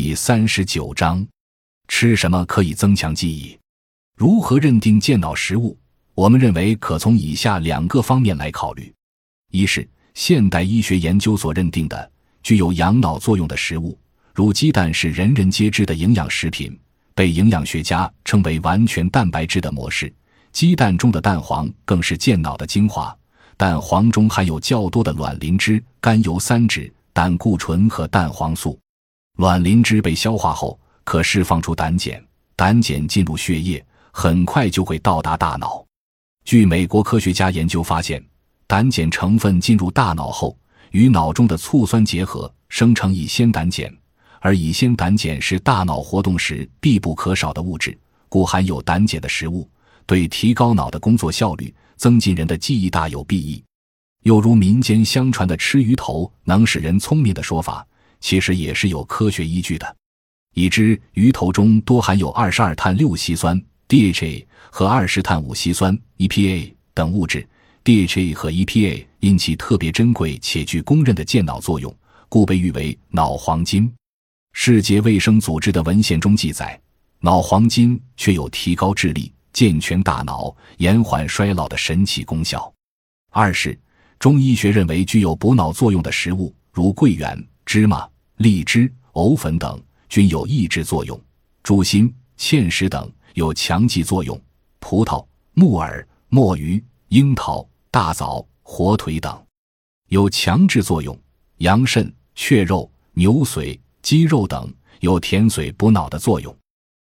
第39章，吃什么可以增强记忆？如何认定健脑食物？我们认为可从以下2个方面来考虑：一是现代医学研究所认定的具有养脑作用的食物，如鸡蛋是人人皆知的营养食品，被营养学家称为完全蛋白质的模式。鸡蛋中的蛋黄更是健脑的精华，蛋黄中含有较多的卵磷脂、甘油三酯、胆固醇和蛋黄素。卵磷脂被消化后可释放出胆碱，胆碱进入血液，很快就会到达大脑。据美国科学家研究发现，胆碱成分进入大脑后，与脑中的醋酸结合，生成乙酰胆碱，而乙酰胆碱是大脑活动时必不可少的物质，故含有胆碱的食物对提高脑的工作效率、增进人的记忆大有裨益。又如民间相传的吃鱼头能使人聪明的说法，其实也是有科学依据的。已知鱼头中多含有22碳6烯酸 DHA 和20碳5烯酸 EPA 等物质， DHA 和 EPA 因其特别珍贵且具公认的健脑作用，故被誉为脑黄金。世界卫生组织的文献中记载，脑黄金却有提高智力、健全大脑、延缓衰老的神奇功效。二是中医学认为具有补脑作用的食物，如桂圆、芝麻、荔枝、藕粉等均有抑制作用，猪心、芡实等有强记作用，葡萄、木耳、墨鱼、樱桃、大枣、火腿等有强制作用，羊肾、雀肉、牛髓、鸡肉等有甜髓补脑的作用。